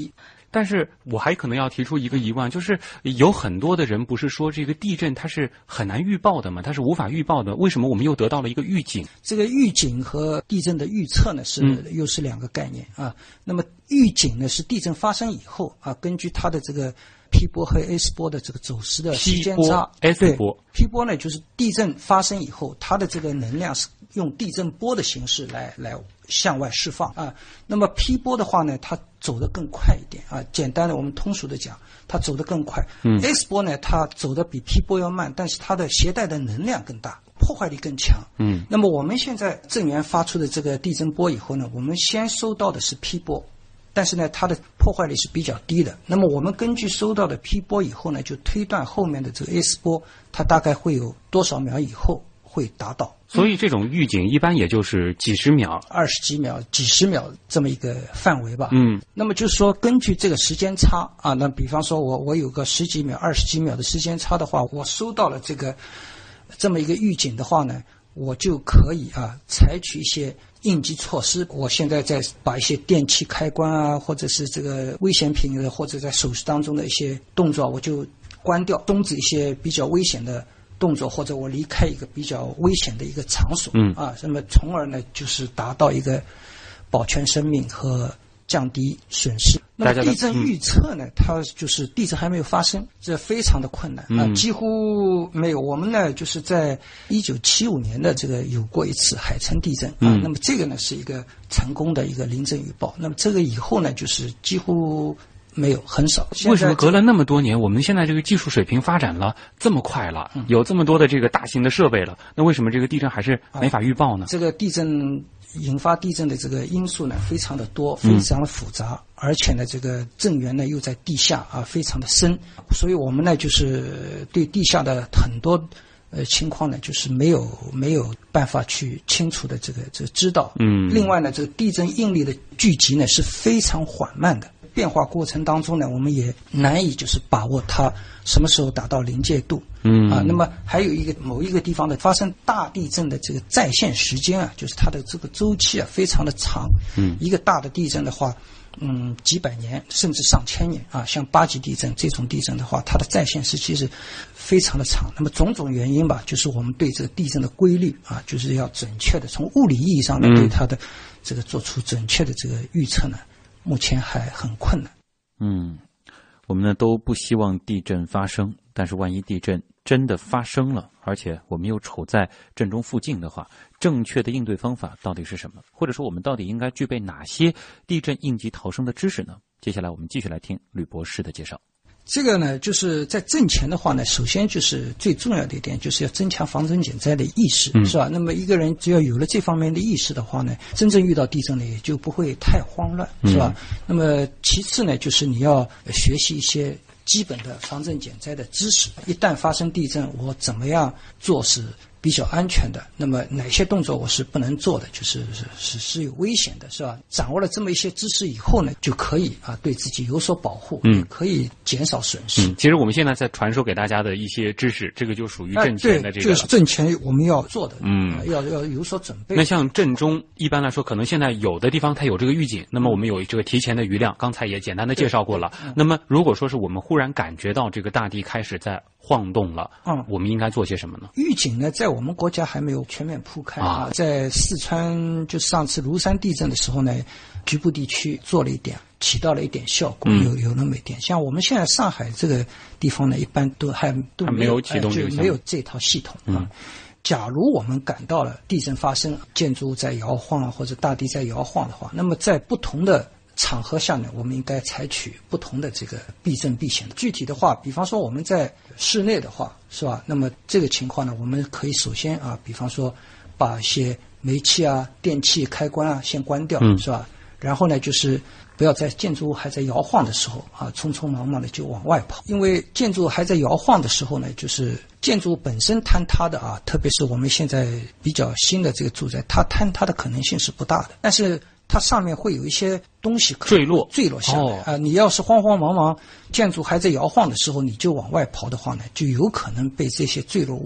但是我还可能要提出一个疑问，就是有很多的人不是说这个地震它是很难预报的吗？它是无法预报的，为什么我们又得到了一个预警？ 这个预警和地震的预测呢是、嗯、又是两个概念啊。那么预警呢是地震发生以后啊，根据它的这个 P 波和 S 波的这个走时的时间差 ，S 波 P 波呢就是地震发生以后，它的这个能量是用地震波的形式来来向外释放啊。那么 P 波的话呢，它走得更快一点啊。简单的我们通俗的讲，它走得更快。嗯、S 波呢，它走得比 P 波要慢，但是它的携带的能量更大，破坏力更强。嗯。那么我们现在震源发出的这个地震波以后呢，我们先收到的是 P 波。但是呢，它的破坏力是比较低的。那么我们根据收到的 P 波以后呢，就推断后面的这个 S 波，它大概会有多少秒以后会达到。 所以这种预警一般也就是几十秒、 二十几秒、几十秒这么一个范围吧。嗯。那么就是说，根据这个时间差啊，那比方说我我有个十几秒、二十几秒的时间差的话，我收到了这个这么一个预警的话呢，我就可以啊采取一些应急措施。我现在在把一些电器开关啊，或者是这个危险品的，或者在手术当中的一些动作，我就关掉，终止一些比较危险的动作，或者我离开一个比较危险的一个场所。嗯啊，那么从而呢，就是达到一个保全生命和降低损失。那么地震预测呢，它就是地震还没有发生，这非常的困难啊、嗯，几乎没有。我们呢，就是在一九七五年的这个有过一次海城地震啊、嗯，那么这个呢是一个成功的一个临震预报。那么这个以后呢，就是几乎没有，很少。 为什么隔了那么多年，我们现在这个技术水平发展了这么快了，嗯、有这么多的这个大型的设备了，那为什么这个地震还是没法预报呢？ 啊、这个地震引发地震的这个因素呢，非常的多，非常的复杂，嗯、而且呢，这个震源呢又在地下啊，非常的深，所以我们呢就是对地下的很多呃情况呢，就是没有没有办法去清楚的这个这个知道。嗯。另外呢，这个地震应力的聚集呢是非常缓慢的。变化过程当中呢，我们也难以就是把握它什么时候达到临界度。嗯啊，那么还有一个某一个地方的发生大地震的这个在线时间啊，就是它的这个周期啊非常的长。嗯，一个大的地震的话，嗯，几百年甚至上千年啊，像八级地震这种地震的话，它的在线时期是非常的长。那么种种原因吧，就是我们对这个地震的规律啊，就是要准确的从物理意义上呢对它的这个做出准确的这个预测呢。目前还很困难。 嗯，我们呢都不希望地震发生，但是万一地震真的发生了，而且我们又处在震中附近的话，正确的应对方法到底是什么？或者说我们到底应该具备哪些地震应急逃生的知识呢？接下来我们继续来听吕博士的介绍。 这个呢，就是在震前的话呢，首先就是最重要的一点，就是要增强防震减灾的意识，嗯、是吧？那么一个人只要有了这方面的意识的话呢，真正遇到地震呢，也就不会太慌乱，是吧？嗯、那么其次呢，就是你要学习一些基本的防震减灾的知识。一旦发生地震，我怎么样做是比较安全的？那么哪些动作我是不能做的，就是是是是有危险的，是吧？掌握了这么一些知识以后呢，就可以啊对自己有所保护，嗯，可以减少损失。 嗯，其实我们现在在传授给大家的一些知识，这个就属于震前的这个， 啊、就是震前我们要做的，嗯，啊、要要有所准备。 那像震中，一般来说，可能现在有的地方它有这个预警，那么我们有这个提前的余量，刚才也简单的介绍过了。嗯、那么如果说是我们忽然感觉到这个大地开始在晃动了，嗯，我们应该做些什么呢？ 预警呢，在我们国家还没有全面铺开啊。啊在四川，就上次庐山地震的时候呢，局部地区做了一点，起到了一点效果，嗯、有有那么一点。像我们现在上海这个地方呢，一般都还都没有, 还没有启动这个、 哎、就没有这套系统啊。嗯假如我们感到了地震发生，建筑物在摇晃啊，或者大地在摇晃的话，那么在不同的场合下呢，我们应该采取不同的这个避震避险。具体的话，比方说我们在室内的话，是吧？那么这个情况呢，我们可以首先啊，比方说把一些煤气啊、电器开关啊先关掉，嗯、是吧？然后呢，就是不要在建筑物还在摇晃的时候啊，匆匆忙忙的就往外跑。因为建筑物还在摇晃的时候呢，就是建筑物本身坍塌的啊，特别是我们现在比较新的这个住宅，它坍塌的可能性是不大的，但是它上面会有一些东西坠落坠落下来、哦、啊。你要是慌慌忙忙，建筑还在摇晃的时候你就往外跑的话呢，就有可能被这些坠落物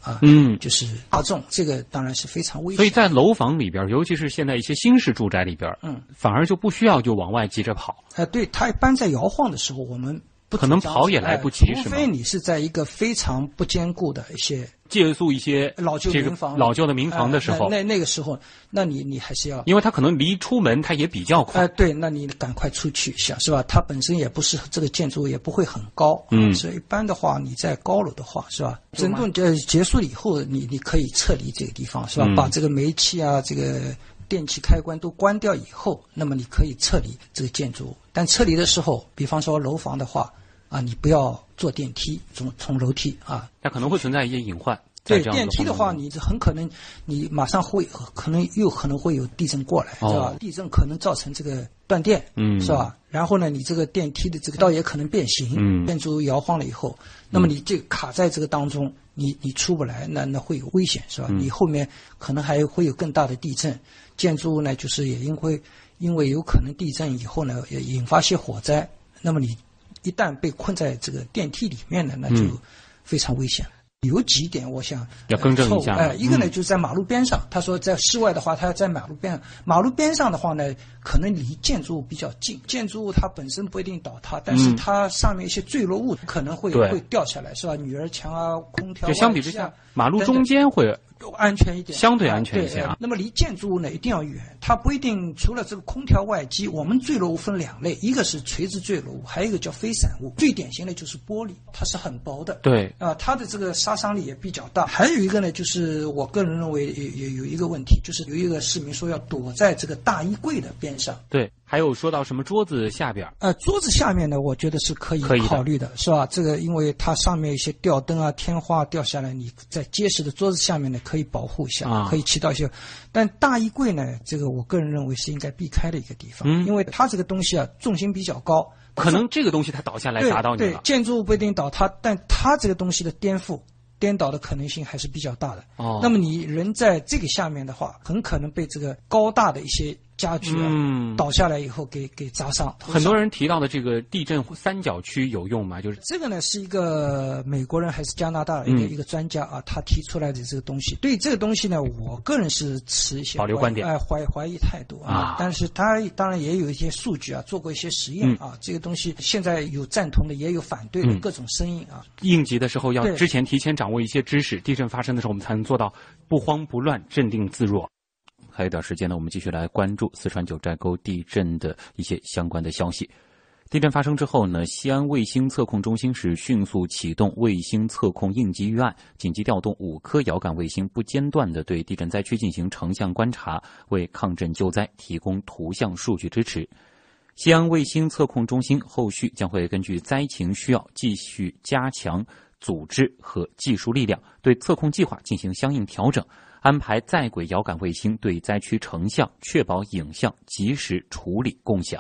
啊， 嗯， 就是大众，这个当然是非常危险。 所以在楼房里边，尤其是现在一些新式住宅里边， 嗯， 反而就不需要就往外急着跑。 哎、呃，对，它一般在摇晃的时候，我们不可能跑也来不及， 哎、除非你是在一个非常不坚固的一些借宿一些老旧民房、 这个、老旧的民房的时候， 呃、那那个时候，那你你还是要， 因为它可能离出门它也比较快。 哎、呃，对，那你赶快出去一下，是吧？它本身也不是这个建筑物也不会很高， 嗯， 所以一般的话，你在高楼的话，是吧？整栋呃结束以后，你你可以撤离这个地方，是吧？嗯、把这个煤气啊，这个电气开关都关掉以后，那么你可以撤离这个建筑物。但撤离的时候，比方说楼房的话。啊，你不要坐电梯，从从楼梯啊， 它可能会存在一些隐患。 对电梯的话，你很可能你马上会可能又可能会有地震过来，是吧？哦、地震可能造成这个断电， 嗯， 是吧？然后呢，你这个电梯的这个道也可能变形， 嗯， 建筑摇晃了以后，那么你这个卡在这个当中，你你出不来，那那会有危险，是吧？ 嗯、 你后面可能还会有更大的地震，建筑物呢，就是也因为因为有可能地震以后呢，也引发些火灾，那么你。一旦被困在这个电梯里面呢，那就非常危险。嗯、有几点我想要更正一下。 哎、呃，一个呢、 嗯、 就是在马路边上，他说在室外的话，他要在马路边上。马路边上的话呢，可能离建筑物比较近，建筑物它本身不一定倒塌，但是它上面一些坠落物可能会、 嗯、 会掉下来，是吧？女儿墙啊、空调、啊。 就相比之下，马路中间会。 安全一点， 相对安全一些啊。 那么离建筑物呢一定要远，它不一定除了这个空调外机，我们坠落物分两类，一个是垂直坠落物，还有一个叫飞散物。最典型的就是玻璃，它是很薄的， 对啊、呃，它的这个杀伤力也比较大。还有一个呢，就是我个人认为也也有一个问题，就是有一个市民说要躲在这个大衣柜的边上。 对，还有说到什么桌子下边？ 呃，桌子下面呢，我觉得是可以考虑的，是吧？这个因为它上面一些吊灯啊、天花掉下来，你在结实的桌子下面呢，可以保护一下。啊，可以起到一些，但大衣柜呢，这个我个人认为是应该避开的一个地方， 嗯， 因为它这个东西啊，重心比较高， 可能这个东西它倒下来砸到你了。 对，建筑物不一定倒塌，但它这个东西的颠覆、颠倒的可能性还是比较大的。 哦， 那么你人在这个下面的话，很可能被这个高大的一些家具啊、 嗯、 倒下来以后给给砸伤。 很多人提到的这个地震三角区有用吗？就是这个呢，是一个美国人还是加拿大的一个、嗯、一个专家啊，他提出来的这个东西。对这个东西呢，我个人是持一些保留观点， 哎、呃，怀怀疑态度啊。啊但是他当然也有一些数据啊，做过一些实验啊。嗯、这个东西现在有赞同的，也有反对的、嗯、各种声音啊。 应急的时候要之前提前掌握一些知识，地震发生的时候我们才能做到不慌不乱、镇定自若。还有一点时间呢，我们继续来关注四川九寨沟地震的一些相关的消息。地震发生之后呢，西安卫星测控中心是迅速启动卫星测控应急预案，紧急调动五颗遥感卫星，不间断地对地震灾区进行成像观察，为抗震救灾提供图像数据支持。西安卫星测控中心后续将会根据灾情需要，继续加强组织和技术力量，对测控计划进行相应调整，安排在轨遥感卫星对灾区成像，确保影像及时处理共享。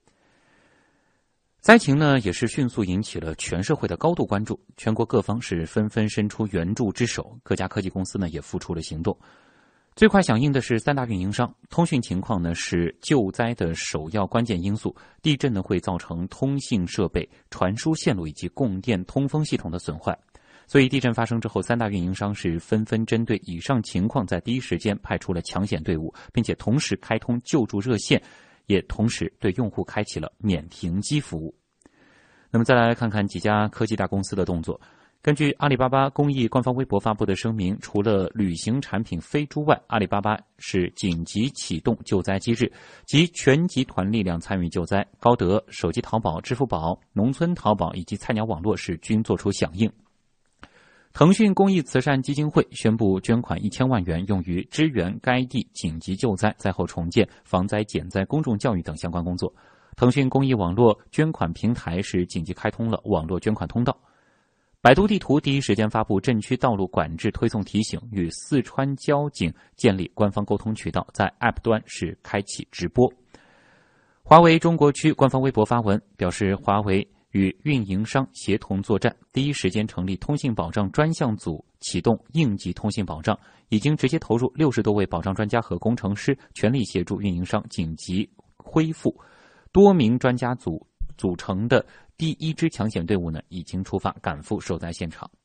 灾情呢，也是迅速引起了全社会的高度关注，全国各方是纷纷伸出援助之手，各家科技公司呢也付出了行动。最快响应的是三大运营商，通讯情况呢是救灾的首要关键因素，地震呢会造成通信设备、传输线路以及供电通风系统的损坏。所以地震发生之后，三大运营商是纷纷针对以上情况在第一时间派出了抢险队伍，并且同时开通救助热线，也同时对用户开启了免停机服务。那么再来看看几家科技大公司的动作。根据阿里巴巴公益官方微博发布的声明，除了旅行产品飞猪外，阿里巴巴是紧急启动救灾机制，集全集团力量参与救灾。高德、手机淘宝、支付宝、农村淘宝以及菜鸟网络是均作出响应。腾讯公益慈善基金会宣布捐款一千万元，用于支援该地紧急救灾、灾后重建、防灾减灾、公众教育等相关工作。腾讯公益网络捐款平台是紧急开通了网络捐款通道。百度地图第一时间发布镇区道路管制推送提醒，与四川交警建立官方沟通渠道，在 App 端是开启直播。华为中国区官方微博发文表示，华为与运营商协同作战，第一时间成立通信保障专项组，启动应急通信保障，已经直接投入六十多位保障专家和工程师，全力协助运营商紧急恢复。多名专家组组成的第一支抢险队伍呢，已经出发赶赴受灾现场。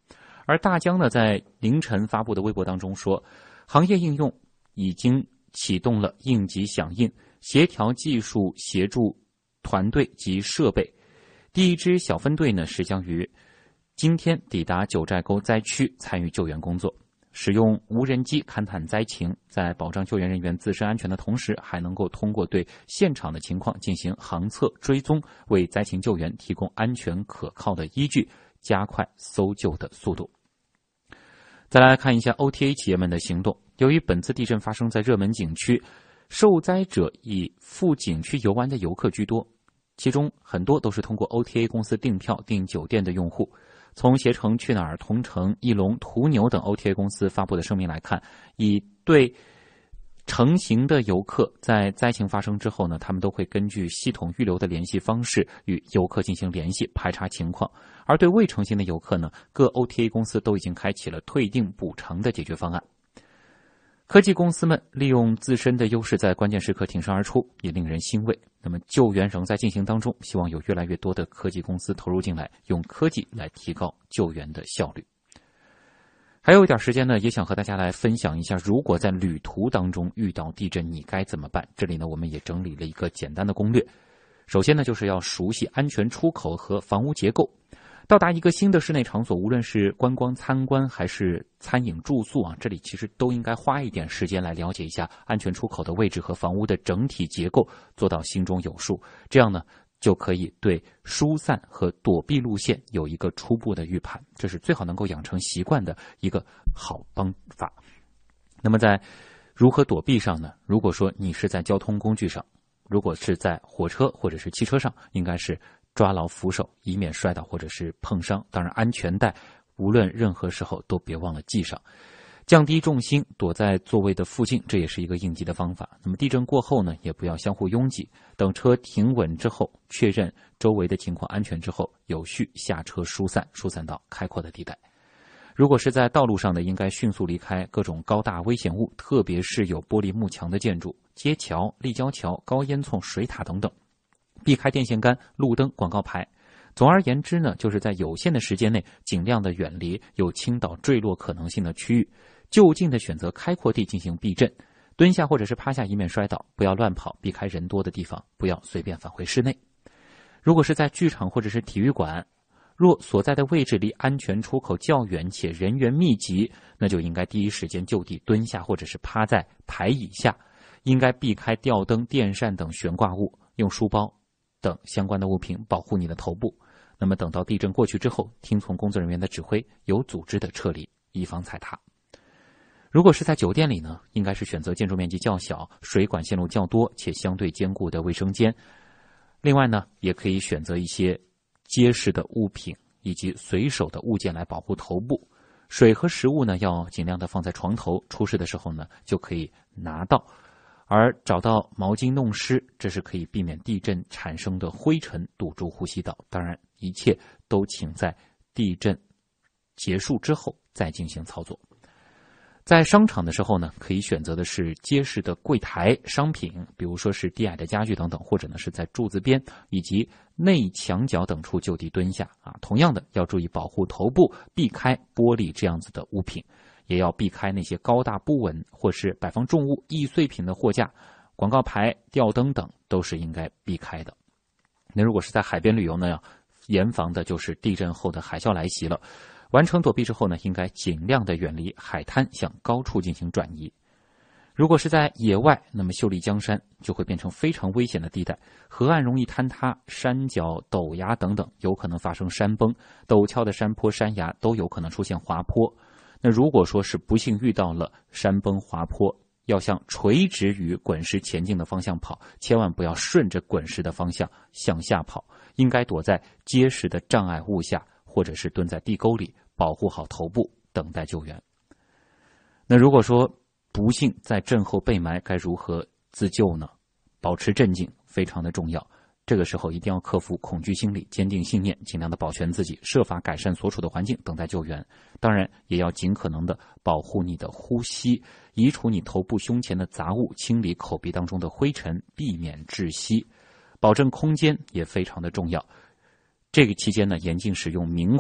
而大疆呢，在凌晨发布的微博当中说，行业应用已经启动了应急响应，协调技术协助团队及设备。第一支小分队呢，是将于今天抵达九寨沟灾区参与救援工作。使用无人机勘探灾情，在保障救援人员自身安全的同时，还能够通过对现场的情况进行航测追踪，为灾情救援提供安全可靠的依据，加快搜救的速度。再来看一下 O T A 企业们的行动。由于本次地震发生在热门景区，受灾者以赴景区游玩的游客居多，其中很多都是通过 O T A 公司订票订酒店的用户。从携程、去哪儿、同程、艺龙、途牛等 O T A 公司发布的声明来看，以对成行的游客在灾情发生之后呢，他们都会根据系统预留的联系方式与游客进行联系，排查情况。而对未成行的游客呢，各 O T A 公司都已经开启了退订补偿的解决方案。科技公司们利用自身的优势，在关键时刻挺身而出，也令人欣慰。那么救援仍在进行当中，希望有越来越多的科技公司投入进来，用科技来提高救援的效率。还有一点时间呢，也想和大家来分享一下，如果在旅途当中遇到地震，你该怎么办？这里呢，我们也整理了一个简单的攻略。首先呢，就是要熟悉安全出口和房屋结构。到达一个新的室内场所，无论是观光参观还是餐饮住宿啊，这里其实都应该花一点时间来了解一下安全出口的位置和房屋的整体结构，做到心中有数。这样呢，就可以对疏散和躲避路线有一个初步的预判，这是最好能够养成习惯的一个好方法。那么在如何躲避上呢？如果说你是在交通工具上，如果是在火车或者是汽车上，应该是抓牢扶手，以免摔倒或者是碰伤。当然，安全带无论任何时候都别忘了系上。降低重心，躲在座位的附近，这也是一个应急的方法。那么地震过后呢，也不要相互拥挤，等车停稳之后，确认周围的情况安全之后，有序下车疏散，疏散到开阔的地带。如果是在道路上的，应该迅速离开各种高大危险物，特别是有玻璃幕墙的建筑、街桥、立交桥、高烟囱、水塔等等，避开电线杆、路灯、广告牌。总而言之呢，就是在有限的时间内，尽量的远离有倾倒坠落可能性的区域，就近的选择开阔地进行避震，蹲下或者是趴下，以免摔倒。不要乱跑，避开人多的地方，不要随便返回室内。如果是在剧场或者是体育馆，若所在的位置离安全出口较远且人员密集，那就应该第一时间就地蹲下或者是趴在排椅下，应该避开吊灯、电扇等悬挂物，用书包等相关的物品保护你的头部。那么等到地震过去之后，听从工作人员的指挥，有组织的撤离，以防踩踏。如果是在酒店里呢，应该是选择建筑面积较小、水管线路较多且相对坚固的卫生间。另外呢，也可以选择一些结实的物品以及随手的物件来保护头部。水和食物呢，要尽量的放在床头，出事的时候呢，就可以拿到。而找到毛巾弄湿，这是可以避免地震产生的灰尘堵住呼吸道。当然，一切都请在地震结束之后再进行操作。在商场的时候呢，可以选择的是结实的柜台商品，比如说是低矮的家具等等，或者呢是在柱子边以及内墙角等处就地蹲下啊。同样的，要注意保护头部，避开玻璃这样子的物品，也要避开那些高大不稳或是摆放重物、易碎品的货架、广告牌、吊灯等，都是应该避开的。那如果是在海边旅游呢，要严防的就是地震后的海啸来袭了。完成躲避之后呢，应该尽量的远离海滩，向高处进行转移。如果是在野外，那么秀丽江山就会变成非常危险的地带，河岸容易坍塌，山脚、陡崖等等有可能发生山崩，陡峭的山坡、山崖都有可能出现滑坡。那如果说是不幸遇到了山崩滑坡，要向垂直于滚石前进的方向跑，千万不要顺着滚石的方向向下跑，应该躲在结实的障碍物下，或者是蹲在地沟里，保护好头部，等待救援。那如果说不幸在震后被埋，该如何自救呢？保持镇静非常的重要，这个时候一定要克服恐惧心理，坚定信念，尽量的保全自己，设法改善所处的环境，等待救援。当然也要尽可能的保护你的呼吸，移除你头部胸前的杂物，清理口鼻当中的灰尘，避免窒息。保证空间也非常的重要，这个期间呢，严禁使用明火、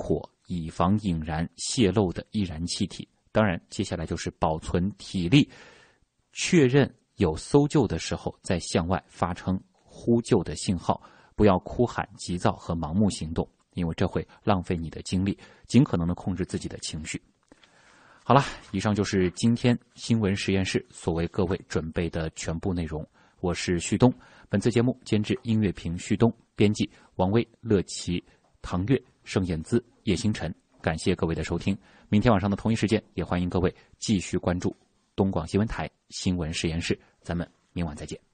以防引燃泄漏的易燃气体。当然，接下来就是保存体力，确认有搜救的时候，再向外发称呼救的信号，不要哭喊、急躁和盲目行动，因为这会浪费你的精力，尽可能的控制自己的情绪。好了，以上就是今天新闻实验室所为各位准备的全部内容。我是旭东，本次节目监制音乐评旭东，编辑王威、乐琪、唐月、盛燕姿、叶星辰。感谢各位的收听，明天晚上的同一时间，也欢迎各位继续关注东广新闻台新闻实验室，咱们明晚再见。